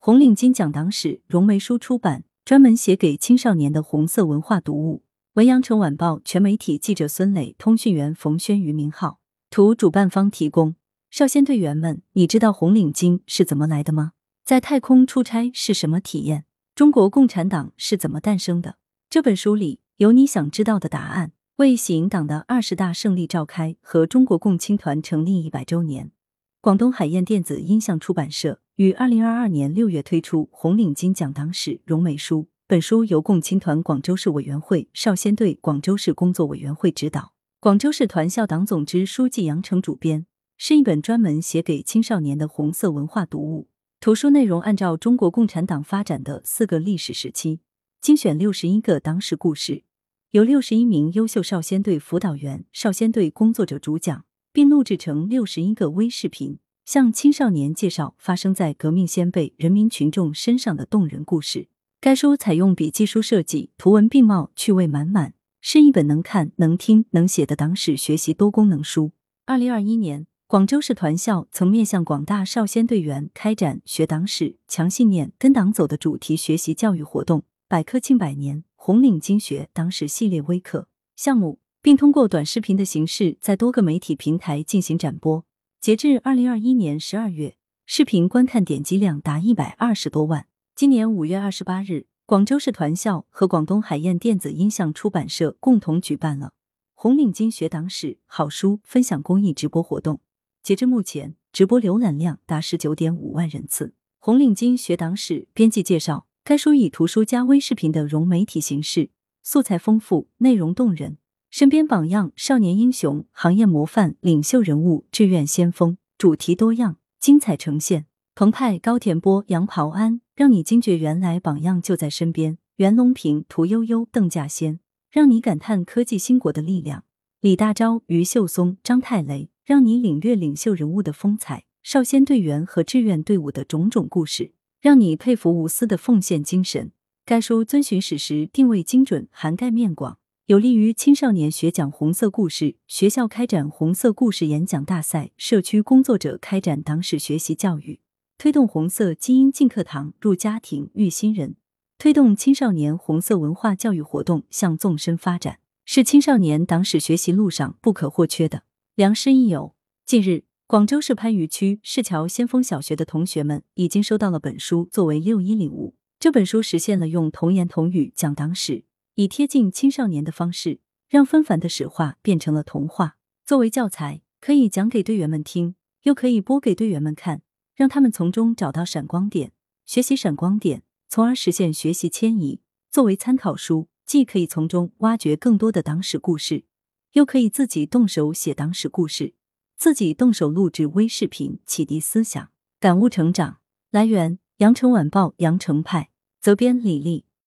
红领巾讲党史，融媒书出版，专门写给青少年的红色文化读物。文阳城晚报全媒体记者孙磊，通讯员冯轩、俞明浩。图主办方提供。少先队员们，你知道红领巾是怎么来的吗？在太空出差是什么体验？中国共产党是怎么诞生的？这本书里有你想知道的答案。为喜迎党的20大胜利召开和中国共青团成立100周年，广东海燕电子音像出版社于2022年6月推出《红领巾讲党史》融媒书。本书由共青团广州市委员会少先队广州市工作委员会指导，广州市团校党总支书记杨成主编，是一本专门写给青少年的红色文化读物。图书内容按照中国共产党发展的4个历史时期，精选61个党史故事，由61名优秀少先队辅导员、少先队工作者主讲，并录制成61个微视频，向青少年介绍发生在革命先辈、人民群众身上的动人故事。该书采用笔记书设计，图文并茂，趣味满满，是一本能看、能听、能写的党史学习多功能书。2021年，广州市团校曾面向广大少先队员开展学党史、强信念、跟党走的主题学习教育活动，百课庆100年红领巾学党史系列微课项目，并通过短视频的形式在多个媒体平台进行展播。截至2021年12月，视频观看点击量达120多万。今年5月28日，广州市团校和广东海燕电子音像出版社共同举办了红领巾学党史好书分享公益直播活动。截至目前，直播浏览量达19.5万人次。红领巾学党史编辑介绍，该书以图书加微视频的融媒体形式，素材丰富，内容动人，身边榜样、少年英雄、行业模范、领袖人物、志愿先锋，主题多样，精彩呈现。澎湃、高田波、杨袍安让你惊觉原来榜样就在身边；袁隆平、屠呦呦、邓稼先让你感叹科技兴国的力量；李大钊、余秀松、张太雷让你领略领袖人物的风采；少先队员和志愿队伍的种种故事，让你佩服无私的奉献精神。该书遵循史实，定位精准，涵盖面广，有利于青少年学讲红色故事，学校开展红色故事演讲大赛，社区工作者开展党史学习教育，推动红色基因进课堂、入家庭、育新人，推动青少年红色文化教育活动向纵深发展，是青少年党史学习路上不可或缺的良师益友。近日，广州市番禺区市桥先锋小学的同学们已经收到了本书作为6·1礼物。这本书实现了用童言童语讲党史，以贴近青少年的方式，让纷繁的史话变成了童话。作为教材，可以讲给队员们听，又可以播给队员们看，让他们从中找到闪光点，学习闪光点，从而实现学习迁移。作为参考书，既可以从中挖掘更多的党史故事，又可以自己动手写党史故事，自己动手录制微视频，启迪思想，感悟成长。来源：羊城晚报羊城派，责编李丽。